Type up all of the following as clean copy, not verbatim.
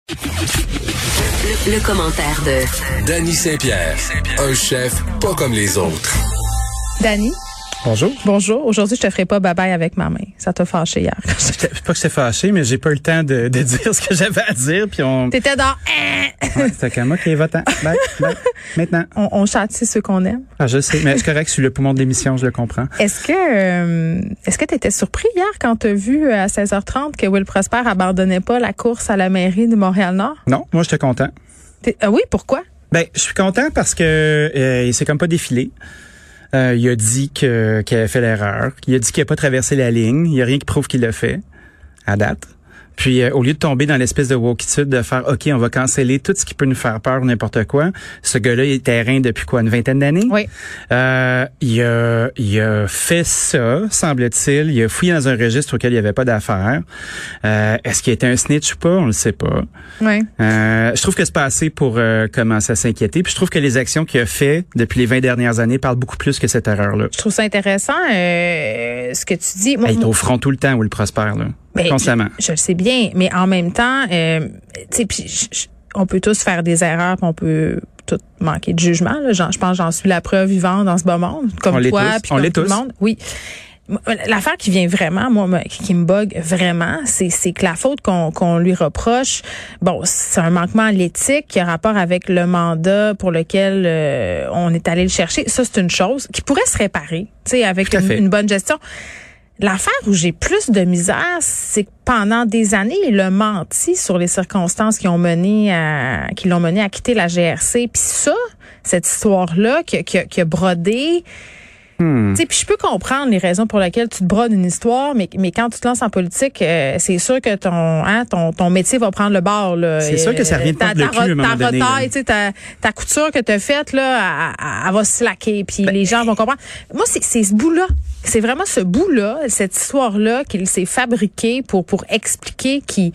Le commentaire de Dany Saint-Pierre, un chef pas comme les autres. Dany. Bonjour. Bonjour. Aujourd'hui, je te ferai pas bye-bye avec ma main. Ça t'a fâché hier. Pas que j'étais fâché, mais j'ai pas eu le temps de dire ce que j'avais à dire. Puis T'étais dans... Ouais, c'était comme, OK, va-t'en. Bye. Maintenant. On châtie ceux qu'on aime. Ah, je sais, mais c'est correct, je suis le poumon de l'émission, je le comprends. Est-ce que t'étais surpris hier quand t'as vu à 16h30 que Will Prosper abandonnait pas la course à la mairie de Montréal-Nord? Non, moi, j'étais content. Oui, pourquoi? Ben, je suis content parce que il s'est comme pas défilé. Il a dit qu'il avait fait l'erreur. Il a dit qu'il n'a pas traversé la ligne. Il n'y a rien qui prouve qu'il l'a fait, à date. Puis, au lieu de tomber dans l'espèce de wokitude de faire, OK, on va canceller tout ce qui peut nous faire peur, n'importe quoi. Ce gars-là, il est terrain depuis quoi, une vingtaine d'années? Oui. Il a fait ça, semble-t-il. Il a fouillé dans un registre auquel il n'y avait pas d'affaires. Est-ce qu'il a été un snitch ou pas? On le sait pas. Oui. Je trouve que c'est pas assez pour commencer à s'inquiéter. Puis je trouve que les actions qu'il a fait depuis les 20 dernières années parlent beaucoup plus que cette erreur-là. Je trouve ça intéressant, ce que tu dis. Il est au front tout le temps, Will Prosper, là. Constamment. Je le sais bien, mais en même temps, tu sais, puis on peut tous faire des erreurs, puis on peut tout manquer de jugement. Là. Je pense que j'en suis la preuve vivante dans ce beau monde, comme toi, puis comme tout le monde. Oui. L'affaire qui vient vraiment, moi, qui me bug vraiment, c'est que la faute qu'on lui reproche, bon, c'est un manquement à l'éthique qui a rapport avec le mandat pour lequel on est allé le chercher. Ça, c'est une chose qui pourrait se réparer, tu sais, avec une bonne gestion. L'affaire où j'ai plus de misère, c'est que pendant des années, il a menti sur les circonstances qui l'ont mené à quitter la GRC. Puis ça, cette histoire-là qui a brodé. Tu sais, puis je peux comprendre les raisons pour lesquelles tu te brodes une histoire, mais quand tu te lances en politique, c'est sûr que ton métier va prendre le bord. Là. C'est sûr que ça revient de prendre le cul à un moment donné. Ta retaille, ta couture que tu as faite, là, elle va se slacker, puis les gens vont comprendre. Moi, c'est ce bout-là. C'est vraiment ce bout-là, cette histoire-là qu'il s'est fabriqué pour expliquer qui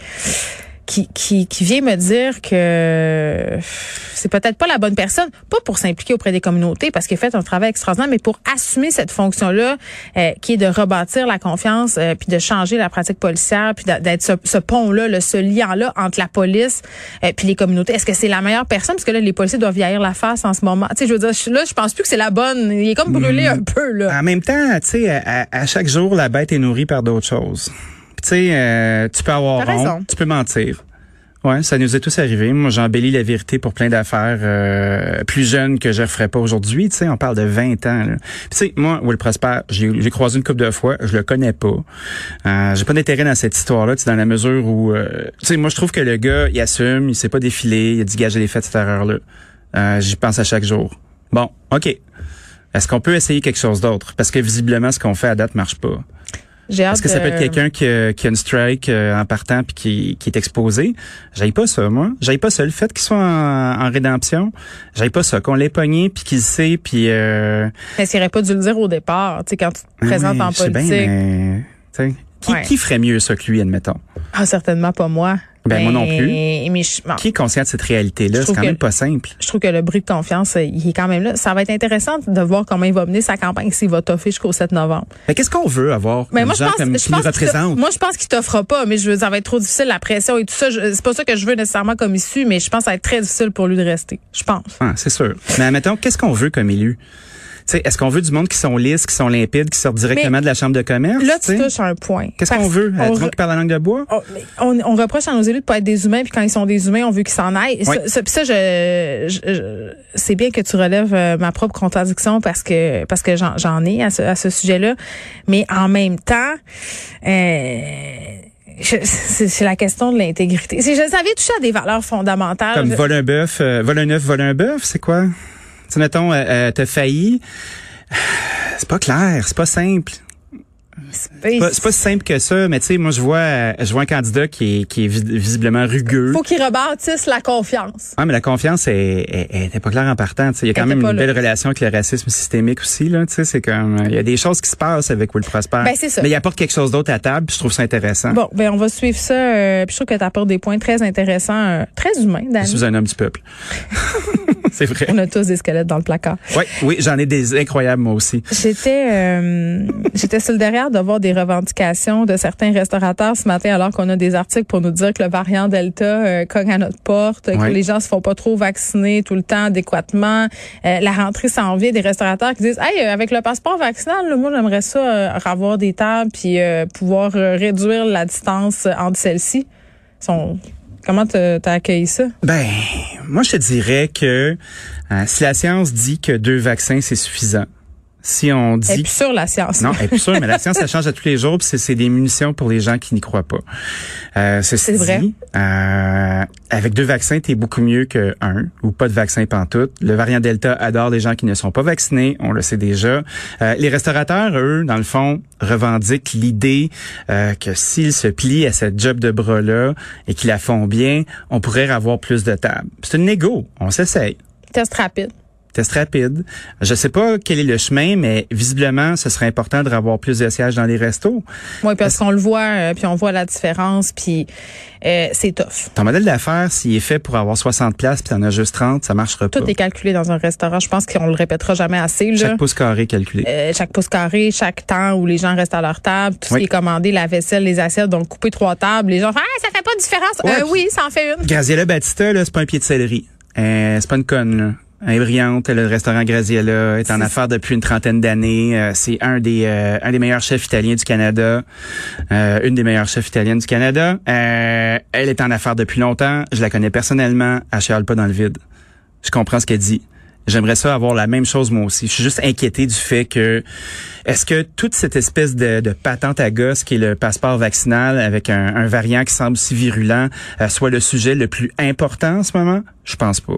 vient me dire que c'est peut-être pas la bonne personne, pas pour s'impliquer auprès des communautés parce qu'il a fait un travail extraordinaire, mais pour assumer cette fonction-là qui est de rebâtir la confiance puis de changer la pratique policière puis d'être ce pont-là, ce lien-là entre la police puis les communautés. Est-ce que c'est la meilleure personne? Parce que là, les policiers doivent vieillir la face en ce moment. Tu sais, je veux dire, là, je pense plus que c'est la bonne. Il est comme brûlé un peu, là. En même temps, tu sais, à chaque jour, la bête est nourrie par d'autres choses. Tu sais, tu peux avoir honte, tu peux mentir. Ouais, ça nous est tous arrivé. Moi, j'embellis la vérité pour plein d'affaires plus jeunes que je referais pas aujourd'hui. Tu sais, on parle de 20 ans. Là. Puis tu sais, moi, Will Prosper, j'ai croisé une couple de fois, je le connais pas. J'ai pas d'intérêt dans cette histoire-là, tu sais, dans la mesure où, tu sais, moi, je trouve que le gars, il assume, il s'est pas défilé, il a dit, gars, j'ai fait cette erreur-là. J'y pense à chaque jour. Bon, OK. Est-ce qu'on peut essayer quelque chose d'autre? Parce que visiblement, ce qu'on fait à date marche pas. Est-ce que ça peut être quelqu'un qui a une strike en partant puis qui est exposé? J'aille pas ça, moi. J'aille pas ça. Le fait qu'il soit en rédemption, j'aille pas ça. Qu'on l'ait pogné puis qu'il sait puis... Mais s'il aurait pas dû le dire au départ, tu sais, quand tu te présentes en politique. Bien, mais, qui ferait mieux ça que lui, admettons? Ah, certainement pas moi. Ben moi non plus. Bon, qui est conscient de cette réalité-là? C'est quand même pas simple. Je trouve que le bris de confiance, il est quand même là. Ça va être intéressant de voir comment il va mener sa campagne, s'il va toffer jusqu'au 7 novembre. Mais qu'est-ce qu'on veut avoir mais comme moi, gens qui nous représentent? Moi, je pense qu'il t'offrera pas, mais ça va être trop difficile, la pression et tout ça. C'est pas ça que je veux nécessairement comme issue, mais je pense que ça va être très difficile pour lui de rester. Je pense. Ah, c'est sûr. Mais admettons, qu'est-ce qu'on veut comme élu? T'sais, est-ce qu'on veut du monde qui sont lisses, qui sont limpides, qui sortent directement de la chambre de commerce? Là, tu touches un point. Qu'est-ce qu'on veut? Du monde qui parle la langue de bois? On reproche à nos élus de pas être des humains, puis quand ils sont des humains, on veut qu'ils s'en aillent. Oui. Ça, c'est bien que tu relèves ma propre contradiction parce que j'en ai à ce sujet-là. Mais en même temps, c'est la question de l'intégrité. Ça vient toucher à des valeurs fondamentales. Comme voler un bœuf, voler un œuf, voler un bœuf, c'est quoi? Tu sais, mettons, t'as failli. C'est pas clair, c'est pas simple. C'est pas si simple que ça, mais tu sais, moi, je vois un candidat qui est visiblement rugueux. Faut qu'il rebâtisse la confiance. Ah, mais la confiance est pas claire en partant. Tu sais, il y a quand même une belle relation avec le racisme systémique aussi, là. Tu sais, c'est comme, il y a des choses qui se passent avec Will Prosper. Ben, c'est ça. Mais il apporte quelque chose d'autre à table, puis je trouve ça intéressant. Bon, ben, on va suivre ça, puis je trouve que tu apportes des points très intéressants, très humains, Dany. Je suis un homme du peuple. C'est vrai. On a tous des squelettes dans le placard. Oui, j'en ai des incroyables, moi aussi. J'étais sur le derrière de voir des revendications de certains restaurateurs ce matin, alors qu'on a des articles pour nous dire que le variant Delta cogne à notre porte, que les gens se font pas trop vacciner tout le temps adéquatement. La rentrée s'en vient, des restaurateurs qui disent, hey, avec le passeport vaccinal, là, moi, j'aimerais ça avoir des tables puis pouvoir réduire la distance entre celles-ci. Comment t'as accueilli ça? Ben, moi, je te dirais que si la science dit que 2 vaccins, c'est suffisant. Si on dit... Elle est plus sûre, la science. Non, elle est plus sûre, mais la science, ça change à tous les jours, puis c'est des munitions pour les gens qui n'y croient pas. C'est vrai. Avec 2 vaccins, t'es beaucoup mieux que 1 ou pas de vaccin pantoute. Le variant Delta adore les gens qui ne sont pas vaccinés, on le sait déjà. Les restaurateurs, eux, dans le fond, revendiquent l'idée que s'ils se plient à cette job de bras-là et qu'ils la font bien, on pourrait avoir plus de tables. C'est une négo, on s'essaye. Test rapide. Je sais pas quel est le chemin, mais visiblement, ce serait important de avoir plus de sièges dans les restos. Oui, parce qu'on le voit, puis on voit la différence, puis c'est tough. Ton modèle d'affaires, s'il est fait pour avoir 60 places, puis t'en as juste 30, ça marchera pas. Tout est calculé dans un restaurant. Je pense qu'on le répétera jamais assez. Là. Chaque pouce carré calculé. Chaque pouce carré, chaque temps où les gens restent à leur table, tout ce qui est commandé, la vaisselle, les assiettes, donc couper 3 tables. Les gens font, ça fait pas de différence. Oui, ça en fait une. Graziella Batista, là, c'est pas un pied de céleri. C'est pas une conne, là. Elle est brillante, le restaurant Graziella est en affaires depuis une 30aine d'années. C'est un des meilleurs chefs italiens du Canada, une des meilleures chefs italiennes du Canada. Elle est en affaires depuis longtemps. Je la connais personnellement. Elle chiale pas dans le vide. Je comprends ce qu'elle dit. J'aimerais ça avoir la même chose moi aussi. Je suis juste inquiété du fait que est-ce que toute cette espèce de patente à gosse qui est le passeport vaccinal avec un variant qui semble si virulent soit le sujet le plus important en ce moment? Je pense pas.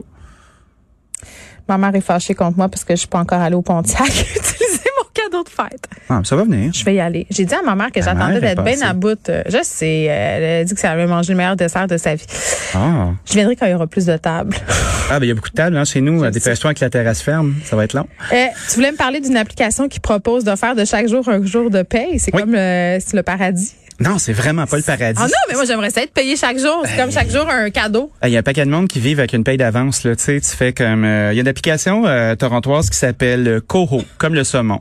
Ma mère est fâchée contre moi parce que je suis pas encore allée au Pontiac utiliser mon cadeau de fête. Ah, ça va venir. Je vais y aller. J'ai dit à ma mère que j'attendais d'être bien à bout. Je sais, elle a dit que ça allait manger le meilleur dessert de sa vie. Ah. Je viendrai quand il y aura plus de tables. Ah, ben il y a beaucoup de tables chez nous. Dépêche-toi avec la terrasse ferme. Ça va être long. Tu voulais me parler d'une application qui propose de faire de chaque jour un jour de paye. C'est comme c'est le paradis. Non, c'est vraiment pas le paradis. Ah non, mais moi j'aimerais ça être payé chaque jour. C'est comme chaque jour un cadeau. Il y a un paquet de monde qui vivent avec une paye d'avance. Là, tu sais, tu fais comme. Il y a une application torontoise qui s'appelle Koho, comme le saumon.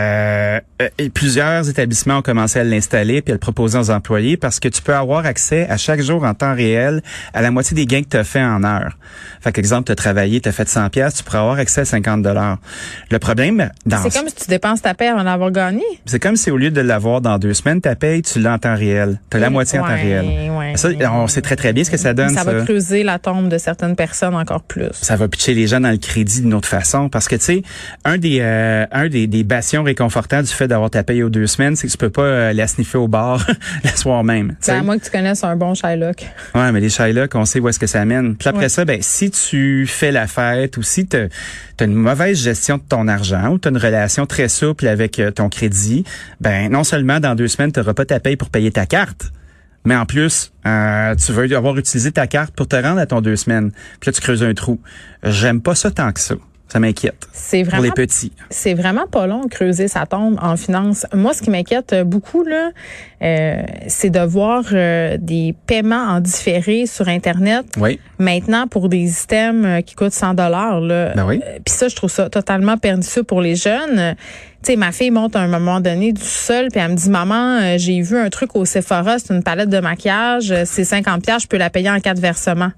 Et plusieurs établissements ont commencé à l'installer puis à le proposer aux employés parce que tu peux avoir accès à chaque jour en temps réel à la moitié des gains que tu as fait en heure. Fait qu'exemple, tu as travaillé, tu as fait 100$, tu pourras avoir accès à 50$. Le problème c'est comme si tu dépenses ta paye avant d'avoir gagné. C'est comme si au lieu de l'avoir dans 2 semaines, ta paye, tu l'as en temps réel. Tu as la moitié en temps réel. Ça, on sait très très bien ce que ça donne. Ça va creuser la tombe de certaines personnes encore plus. Ça va pitcher les gens dans le crédit d'une autre façon parce que tu sais, un des bastions réconfortants du fait d'avoir ta paye aux 2 semaines, c'est que tu peux pas la sniffer au bar le soir même. C'est à moins que tu connaisses un bon Shylock. Ouais, mais les Shylock, on sait où est-ce que ça mène. Puis après ça, ben si tu fais la fête ou si t'as une mauvaise gestion de ton argent ou t'as une relation très souple avec ton crédit, ben non seulement dans 2 semaines t'auras pas ta paye pour payer ta carte, mais en plus tu veux avoir utilisé ta carte pour te rendre à ton 2 semaines. Puis là tu creuses un trou. J'aime pas ça tant que ça. Ça m'inquiète. C'est vraiment, pour les petits. C'est vraiment pas long de creuser sa tombe en finance. Moi, ce qui m'inquiète beaucoup, là, c'est de voir des paiements en différé sur Internet. Oui. Maintenant, pour des items qui coûtent $100, là. Ben oui. Puis ça, je trouve ça totalement pernicieux pour les jeunes. Tu sais, ma fille monte à un moment donné du sol, puis elle me dit, maman, j'ai vu un truc au Sephora, c'est une palette de maquillage, c'est 50$, je peux la payer en 4 versements.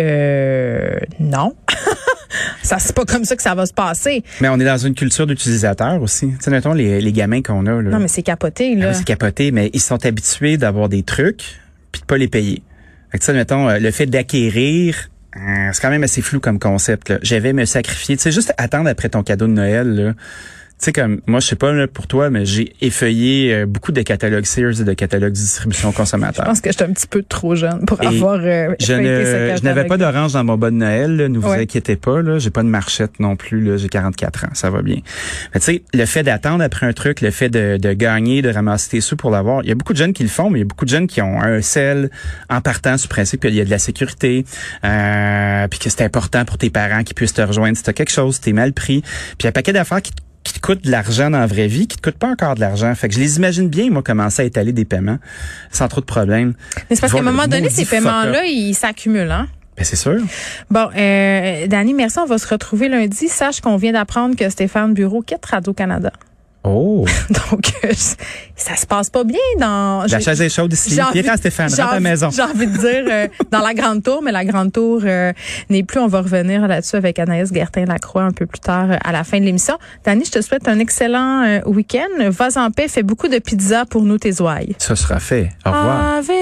Non. Ça, c'est pas comme ça que ça va se passer. Mais on est dans une culture d'utilisateur aussi. Tu sais, mettons les gamins qu'on a, là. Non, mais c'est capoté, là. Ah oui, c'est capoté, mais ils sont habitués d'avoir des trucs puis de pas les payer. Fait que tu sais, mettons, le fait d'acquérir, c'est quand même assez flou comme concept, là. Je vais me sacrifier. Tu sais, juste attendre après ton cadeau de Noël, là. Tu sais, comme, moi, je sais pas, là, pour toi, mais j'ai effeuillé beaucoup de catalogues Sears et de catalogues distribution consommateur. Je pense que j'étais un petit peu trop jeune pour avoir je n'avais pas d'orange dans mon bas de Noël, là, ne vous inquiétez pas, là. J'ai pas de marchette non plus, là. J'ai 44 ans, ça va bien. Mais tu sais, le fait d'attendre après un truc, le fait de gagner, de ramasser tes sous pour l'avoir, il y a beaucoup de jeunes qui le font, mais il y a beaucoup de jeunes qui ont un sel en partant sur principe qu'il y a de la sécurité, puis que c'est important pour tes parents qu'ils puissent te rejoindre si t'as quelque chose, si t'es mal pris. Puis il y a un paquet d'affaires qui te coûtent de l'argent dans la vraie vie, qui te coûtent pas encore de l'argent. Fait que je les imagine bien, moi, commencer à étaler des paiements sans trop de problèmes. Mais c'est parce qu'à un moment donné, ces paiements-là, ils s'accumulent, hein? Ben, c'est sûr. Bon, Dany, merci. On va se retrouver lundi. Sache qu'on vient d'apprendre que Stéphane Bureau quitte Radio-Canada. Oh! Donc, ça se passe pas bien dans... La chaise est chaude ici. Viens, Stéphane, rentre à la maison. J'ai envie de dire dans la Grande Tour, mais la Grande Tour n'est plus. On va revenir là-dessus avec Anaïs Gertin-Lacroix un peu plus tard à la fin de l'émission. Dany, je te souhaite un excellent week-end. Vas en paix, fais beaucoup de pizza pour nous, tes ouailles. Ça sera fait. Au revoir.